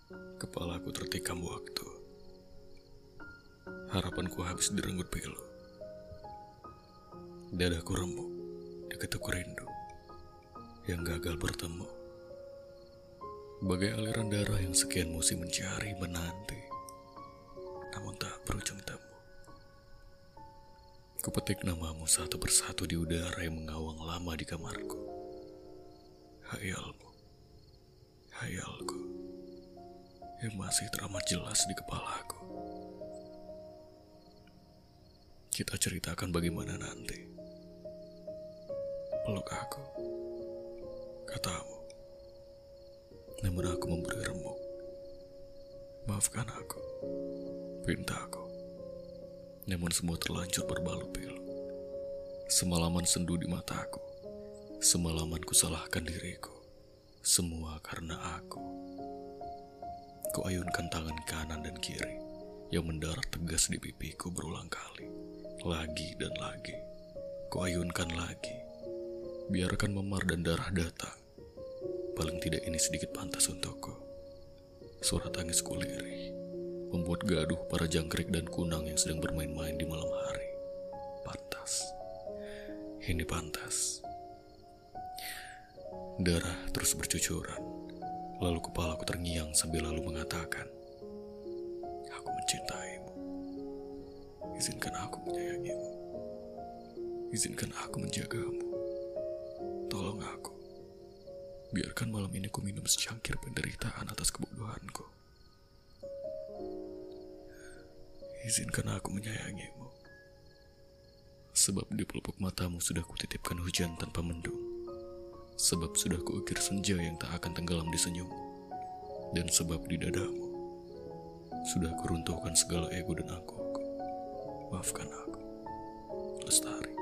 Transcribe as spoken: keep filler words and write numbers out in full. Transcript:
Kepalaku tertikam waktu. Harapanku habis direnggut pilu. Dadaku remuk, diketuk rindu yang gagal bertemu. Bagai aliran darah yang sekian musim mencari menanti, namun tak berujung temu. Kupetik namamu satu persatu di udara yang mengawang lama di kamarku. Hayalmu, hayalku, yang masih teramat jelas di kepalaku. Kita ceritakan bagaimana nanti. Peluk aku, katamu. Namun aku memberi remuk. Maafkan aku, pintaku. Namun semua terlanjur berbalut pilu. Semalaman sendu di mataku. Semalaman kusalahkan diriku. Semua karena aku. Kuayunkan tangan kanan dan kiri yang mendarat tegas di pipiku berulang kali. Lagi dan lagi. Kuayunkan lagi. Biarkan memar dan darah datang. Paling tidak ini sedikit pantas untukku. Suara tangisku lirih, membuat gaduh para jangkrik dan kunang yang sedang bermain-main di malam hari. Pantas. Ini pantas. Darah terus bercucuran. Lalu kepalaku terngiang sambil lalu mengatakan, aku mencintaimu. Izinkan aku menyayangimu. Izinkan aku menjagamu. Tolong aku. Biarkan malam ini ku minum secangkir penderitaan atas kebodohanku. Izinkan aku menyayangimu. Sebab di pelupuk matamu sudah kutitipkan hujan tanpa mendung. Sebab sudah kuukir senja yang tak akan tenggelam di senyum. Dan sebab di dadamu sudah kuruntuhkan segala ego dan angkuhku. Maafkan aku, Lestari.